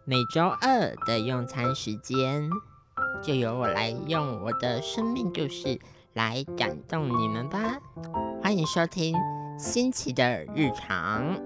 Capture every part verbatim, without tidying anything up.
每周二的用餐时间，就由我来用我的生命故事来感动你们吧。欢迎收听新奇的日常。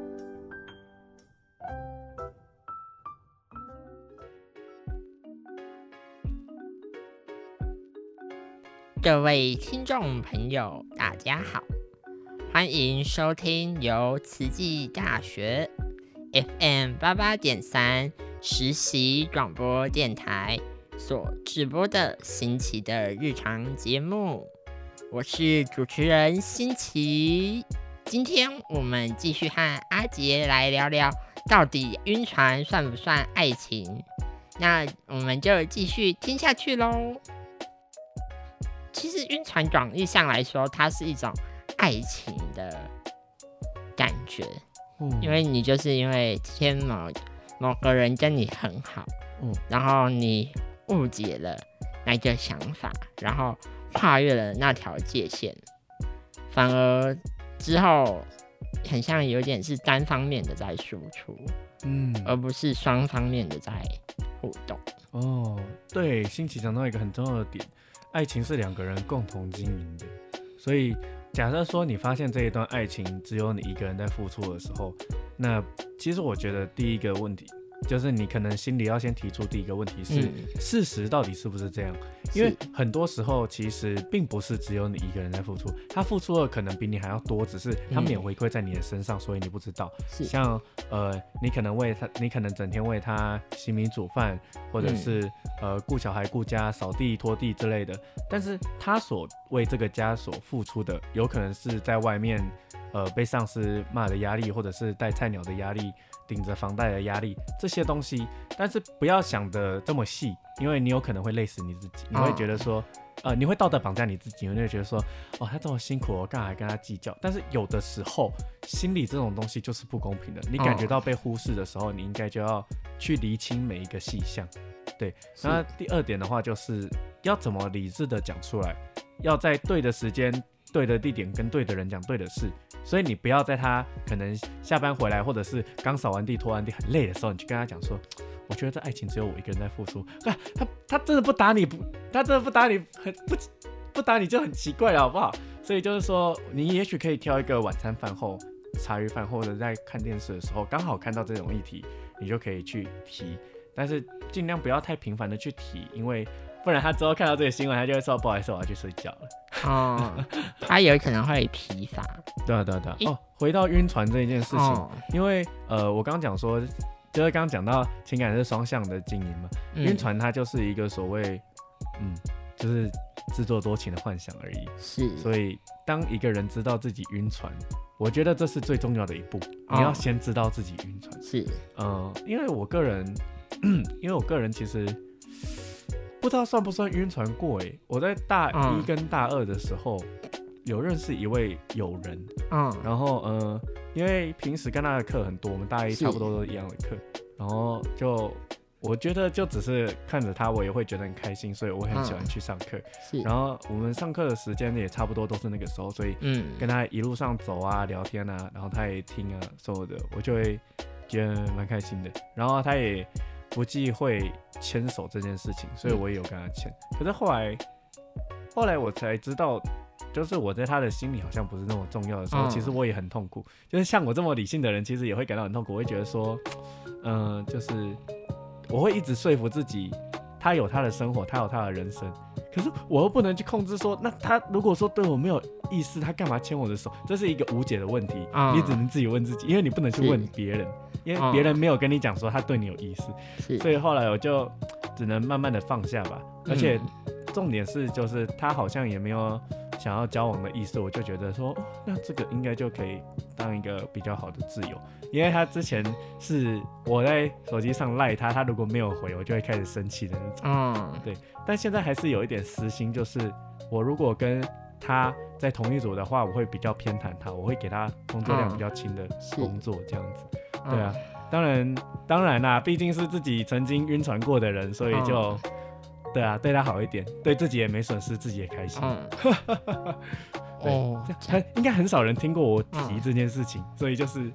各位听众朋友，大家好，欢迎收听由慈济大学 F M 八八点三实习广播电台所直播的新奇的日常节目，我是主持人新奇。今天我们继续和阿杰来聊聊，到底晕船算不算爱情？那我们就继续听下去咯。其实晕船广义上来说，它是一种爱情的感觉，嗯、因为你就是因为天某某个人跟你很好，嗯、然后你误解了那个想法，然后跨越了那条界限，反而之后很像有点是单方面的在输出，嗯，而不是双方面的在互动。 哦，对，新奇讲到一个很重要的点。爱情是两个人共同经营的，所以假设说你发现这一段爱情只有你一个人在付出的时候，那其实我觉得第一个问题就是你可能心里要先提出第一个问题是、嗯、事实到底是不是这样？因为很多时候其实并不是只有你一个人在付出，他付出的可能比你还要多，只是他没有回馈在你的身上、嗯、所以你不知道。像呃，你可能为他，你可能整天为他洗米煮饭，或者是、嗯、呃顾小孩顾家扫地拖地之类的，但是他所为这个家所付出的有可能是在外面呃被上司骂的压力，或者是带菜鸟的压力，顶着房贷的压力，这些东西，但是不要想得这么细，因为你有可能会累死你自己，你会觉得说，呃，你会道德绑架你自己，你会觉得说，哦，他这么辛苦，我干嘛还跟他计较？但是有的时候，心理这种东西就是不公平的，你感觉到被忽视的时候，你应该就要去厘清每一个细项。对，那第二点的话，就是要怎么理智的讲出来，要在对的时间、对的地点跟对的人讲对的事。所以你不要在他可能下班回来，或者是刚扫完地拖完地很累的时候，你去跟他讲说，我觉得这爱情只有我一个人在付出。他他他真的不打你，不他真的不打你，很不不打你就很奇怪了，好不好？所以就是说，你也许可以挑一个晚餐饭后、茶余饭后，或者在看电视的时候，刚好看到这种议题，你就可以去提，但是尽量不要太频繁的去提，因为不然他之后看到这个新闻，他就会说不好意思，我要去睡觉了。 哦，他有可能会疲乏。 对啊，对啊，对啊。哦，回到晕船这一件事情，哦、因为呃，我刚刚讲说，就是刚刚讲到情感是双向的经营嘛，嗯、晕船它就是一个所谓，嗯，就是自作多情的幻想而已。是。所以当一个人知道自己晕船，我觉得这是最重要的一步，哦、你要先知道自己晕船。是。呃，因为我个人，因为我个人其实。不知道算不算晕船过哎？我在大一跟大二的时候，嗯、有认识一位友人，嗯，然后呃，因为平时跟他的课很多，我们大一差不多都一样的课，然后就我觉得就只是看着他，我也会觉得很开心，所以我很喜欢去上课。嗯、然后我们上课的时间也差不多都是那个时候，所以跟他一路上走啊、聊天啊，然后他也听啊什么的，我就会觉得蛮开心的。然后他也不忌讳牵手这件事情，所以我也有跟他牵。可是后来，后来我才知道，就是我在他的心里好像不是那么重要的时候，嗯、其实我也很痛苦。就是像我这么理性的人，其实也会感到很痛苦。我会觉得说，嗯、呃，就是我会一直说服自己，他有他的生活，他有他的人生。可是我又不能去控制说，那他如果说对我没有意思，他干嘛牵我的手？这是一个无解的问题，嗯、你只能自己问自己，因为你不能去问别人。因为别人没有跟你讲说他对你有意思，所以后来我就只能慢慢的放下吧。而且重点是，就是他好像也没有想要交往的意思，我就觉得说，哦、那这个应该就可以当一个比较好的挚友。因为他之前是我在手机上赖他，他如果没有回，我就会开始生气的那种。嗯，对。但现在还是有一点私心，就是我如果跟他在同一组的话，我会比较偏袒他，我会给他工作量比较轻的工作，这样子。对啊，当然当然啦，毕竟是自己曾经晕船过的人，所以就、嗯、对啊，对他好一点，对自己也没损失，自己也开心。嗯、哦，应该很少人听过我提这件事情，嗯、所以就是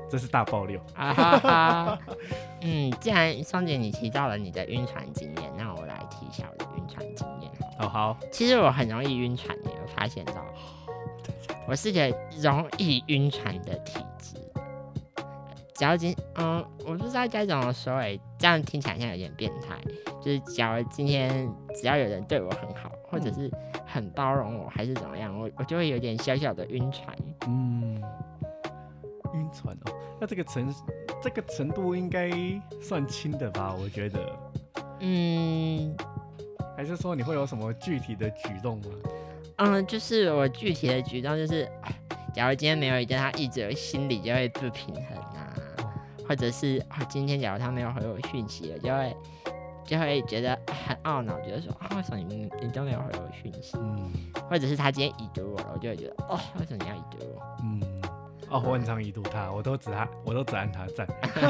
这是大爆料啊哈哈。嗯，既然双姐你提到了你的晕船经验，那我来提一下我的晕船经验。 好好， 其实我很容易晕船，你有发现到？我是个容易晕船的体质。只要今嗯，我不知道该怎么说哎、欸，这样听起来像有点变态。就是假如今天只要有人对我很好，或者是很包容我，还是怎么样，我我就会有点小小的晕船。 嗯，晕船哦，那这个程这个程度应该算轻的吧？我觉得。 嗯， 还是说你会有什么具体的举动吗？ 嗯，就是我具体的举动就是，假如今天没有跟他一直心里就会不平衡啊，或者是、哦、今天假如他没有回我讯息了，就会就会觉得很懊恼，觉得说啊，为什么你你都没有回我讯息？嗯，或者是他今天已读我了，我就会觉得哦，为什么你要已读我？嗯， 哦，我很常已读他，我都只他，我都只按他赞。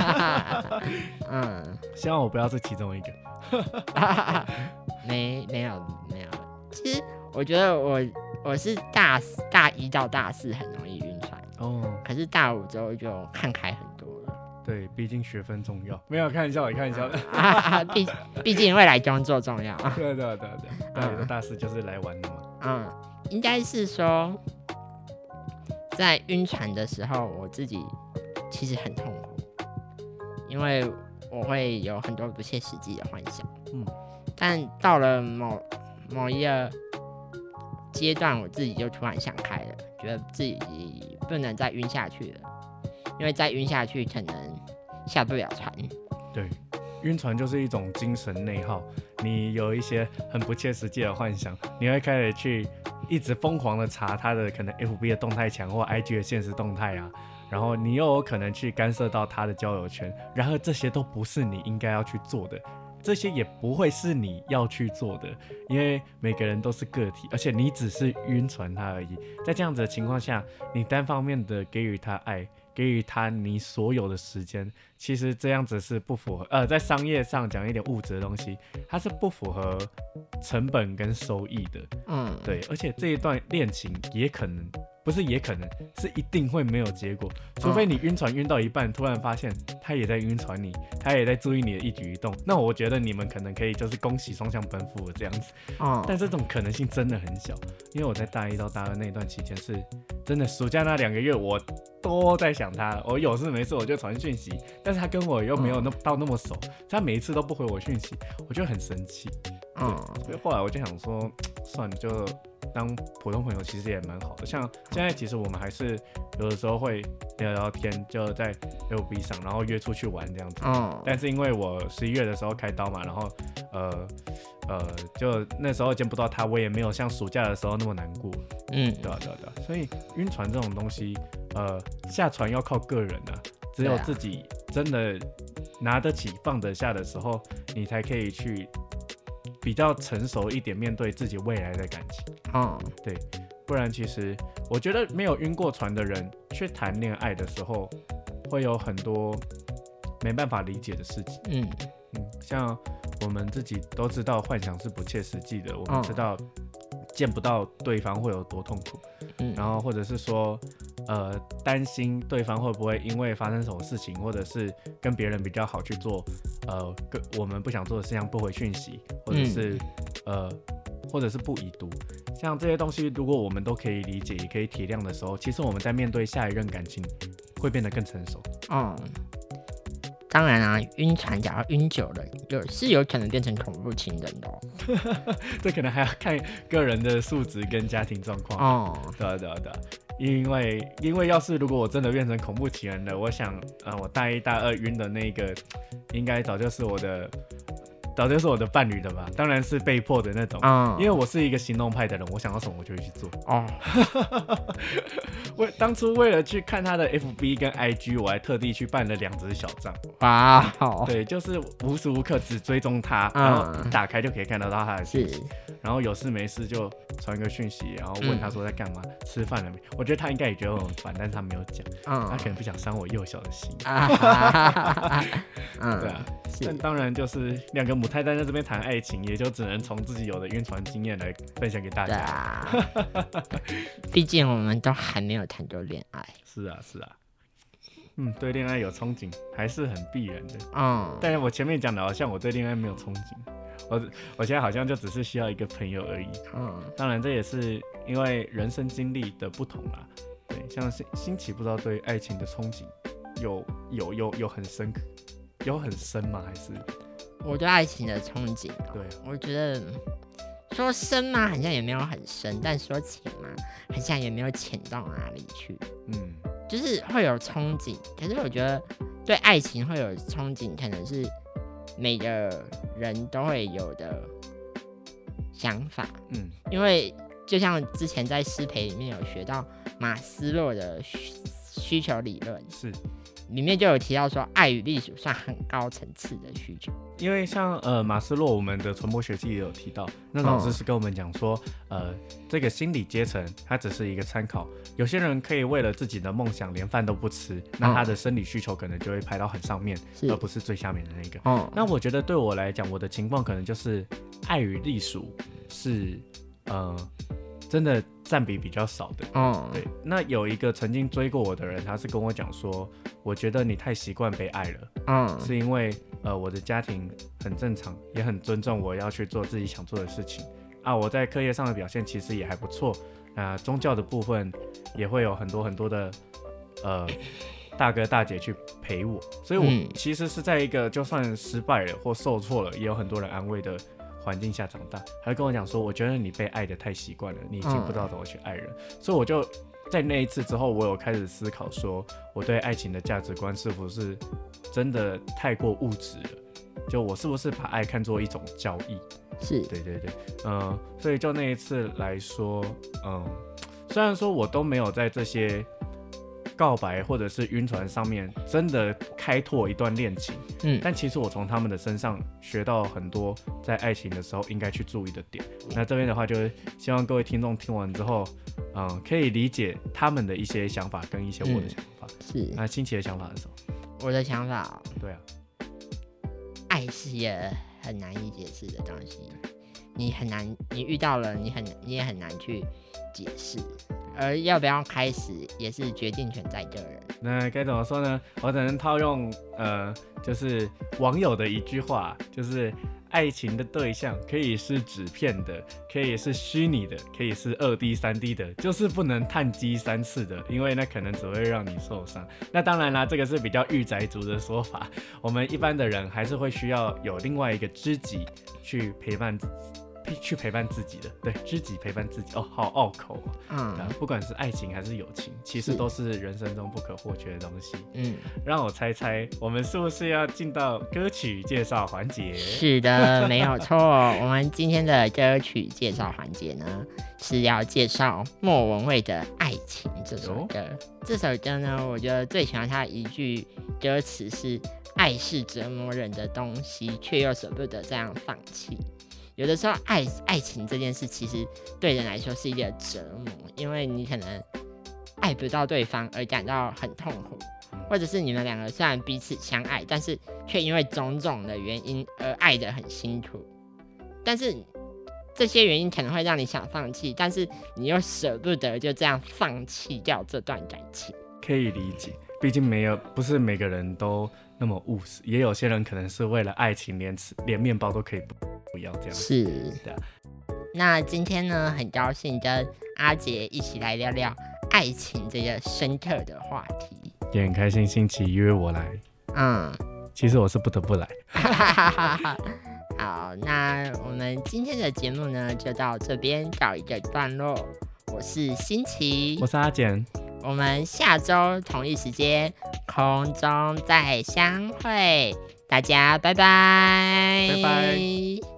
嗯，希望我不要是其中一个。 没没有没有，其实我觉得我我是大大一到大四很容易晕船哦，可是大五之后就看开很多了。 对，毕竟学分重要。没有开玩笑，开玩笑。 毕毕竟未来工作重要。 对对对对，大一到大四就是来玩的嘛。 嗯，应该是说，在晕船的时候，我自己其实很痛苦，因为我会有很多不切实际的幻想。嗯，但到了某某一个阶段，我自己就突然想开了，觉得自己不能再晕下去了，因为再晕下去可能下不了船。 对，晕船就是一种精神内耗，你有一些很不切实际的幻想，你会开始去一直疯狂的查他的可能 F B 的动态墙或 I G 的限时动态啊，然后你又有可能去干涉到他的交友圈，然后这些都不是你应该要去做的。这些也不会是你要去做的，因为每个人都是个体，而且你只是晕船他而已。在这样子的情况下，你单方面的给予他爱，给予他你所有的时间，其实这样子是不符合呃，在商业上讲一点物质的东西，它是不符合成本跟收益的。嗯，对，而且这一段恋情也可能。不是也可能是一定会没有结果，除非你晕船晕到一半，突然发现他也在晕船你，他也在注意你的一举一动，那我觉得你们可能可以就是恭喜双向奔赴的这样子。哦，但这种可能性真的很小，因为我在大一到大二那段期间是真的暑假那两个月我都在想他，我有事没事我就传讯息，但是他跟我又没有那到那么熟，他每一次都不回我讯息，我就很生气。嗯，所以后来我就想说，算了，就当普通朋友其实也蛮好的。像现在其实我们还是有的时候会聊聊天，就在 F B 上，然后约出去玩这样子。嗯，但是因为我十一月的时候开刀嘛，然后呃呃，就那时候见不到他，我也没有像暑假的时候那么难过。嗯，对啊对啊对啊。所以晕船这种东西，呃，下船要靠个人啊，只有自己真的拿得起放得下的时候，你才可以去。比较成熟一点，面对自己未来的感情。嗯，对，不然其实我觉得没有晕过船的人去谈恋爱的时候，会有很多没办法理解的事情。嗯嗯，像我们自己都知道幻想是不切实际的，我们知道见不到对方会有多痛苦。嗯，然后或者是说，呃，担心对方会不会因为发生什么事情，或者是跟别人比较好去做，呃，跟我们不想做的事情不回讯息，或者是、嗯、呃，或者是不已读，像这些东西，如果我们都可以理解，也可以体谅的时候，其实我们在面对下一任感情会变得更成熟。嗯， 当然啊，晕船假如晕久了，有是有可能变成恐怖情人的哦。 这可能还要看个人的素质跟家庭状况。哦，对啊对啊对啊。因为因为要是如果我真的变成恐怖情人了，我想，呃，我大一大二晕的那个，应该早就是我的，早就是我的伴侣的吧？当然是被迫的那种，嗯、因为我是一个行动派的人，我想到什么我就会去做。哦，为当初为了去看他的 F B 跟 I G， 我还特地去办了两只小账。哇，对，就是无时无刻只追踪他，然后一打开就可以看得到他的信息。然后有事没事就传个讯息，然后问他说在干嘛，嗯、吃饭了没？我觉得他应该也觉得我很烦，但是他没有讲，嗯、他可能不想伤我幼小的心。啊嗯、对啊，但当然就是两个母胎单在这边谈爱情，也就只能从自己有的晕船经验来分享给大家。啊、 毕竟我们都还没有谈过恋爱。 是啊，是啊。 嗯，对恋爱有憧憬还是很必然的。 嗯， 但是我前面讲的好像我对恋爱没有憧憬，我我现在好像就只是需要一个朋友而已。嗯，当然这也是因为人生经历的不同啦。对，像新奇不知道对爱情的憧憬有有有有很深刻，有很深吗？还是我对爱情的憧憬？对，我觉得说深嘛，好像也没有很深，但说浅嘛，好像也没有浅到哪里去。嗯。就是会有憧憬，可是我觉得对爱情会有憧憬，可能是每个人都会有的想法。嗯，因为就像之前在师培里面有学到马斯洛的需求理论，是里面就有提到说，爱与隶属算很高层次的需求。 因为像呃马斯洛，我们的传播学系也有提到，那老师是跟我们讲说，呃，这个心理阶层它只是一个参考，有些人可以为了自己的梦想连饭都不吃，那他的生理需求可能就会排到很上面，而不是最下面的那个。哦，那我觉得对我来讲，我的情况可能就是爱与隶属是呃真的占比比较少的。哦，对，那有一个曾经追过我的人，他是跟我讲说，我觉得你太习惯被爱了，嗯，是因为呃我的家庭很正常，也很尊重我要去做自己想做的事情啊，我在课业上的表现其实也还不错，那、呃、宗教的部分也会有很多很多的呃大哥大姐去陪我，所以我其实是在一个就算失败了或受挫了，也有很多人安慰的环境下长大，还会跟我讲说，我觉得你被爱的太习惯了，你已经不知道怎么去爱人，嗯，所以我就在那一次之后，我有开始思考说，我对爱情的价值观是不是真的太过物质了？就我是不是把爱看作一种交易？ 是， 对对对，嗯，所以就那一次来说，嗯，虽然说我都没有在这些告白或者是晕船上面真的开拓一段恋情，嗯，但其实我从他们的身上学到很多在爱情的时候应该去注意的点。那这边的话，就是希望各位听众听完之后，嗯，可以理解他们的一些想法跟一些我的想法。嗯，是。那新奇的想法是什么？ 我的想法， 对啊， 爱是一个很难以解释的东西，你很难，你遇到了，你很，你也很难去解释。而要不要开始，也是决定权在个人。 那该怎么说呢？我只能套用呃，就是网友的一句话，就是爱情的对象可以是纸片的，可以是虚拟的，可以是二 D、三 D 的，就是不能碳基三次的，因为那可能只会让你受伤。那当然啦，这个是比较御宅族的说法，我们一般的人还是会需要有另外一个知己去陪伴去陪伴自己的，对，知己陪伴自己，哦，好拗口哦。嗯，不管是爱情还是友情，其实都是人生中不可或缺的东西。嗯，让我猜猜，我们是不是要进到歌曲介绍环节？ 是的，没有错。我们今天的歌曲介绍环节呢，是要介绍莫文蔚的《爱情》这首歌。哦，这首歌呢，我觉得最喜欢它的一句歌词是“爱是折磨人的东西，却又舍不得这样放弃”。有的时候爱爱情这件事其实对人来说是一个折磨，因为你可能爱不到对方而感到很痛苦，或者是你们两个虽然彼此相爱，但是却因为种种的原因而爱得很辛苦，但是这些原因可能会让你想放弃，但是你又舍不得就这样放弃掉这段感情。 可以理解，毕竟没有不是每个人都那么务实，也有些人可能是为了爱情连吃连面包都可以不不要这样子。 是的。那今天呢，很高兴跟阿杰一起来聊聊爱情这个深刻的话题， 也很开心星期约我来。嗯，其实我是不得不来。 好，那我们今天的节目呢，就到这边告一个段落。我是新奇， 我是阿简， 我们下周同一时间空中再相会，大家拜拜， 拜拜。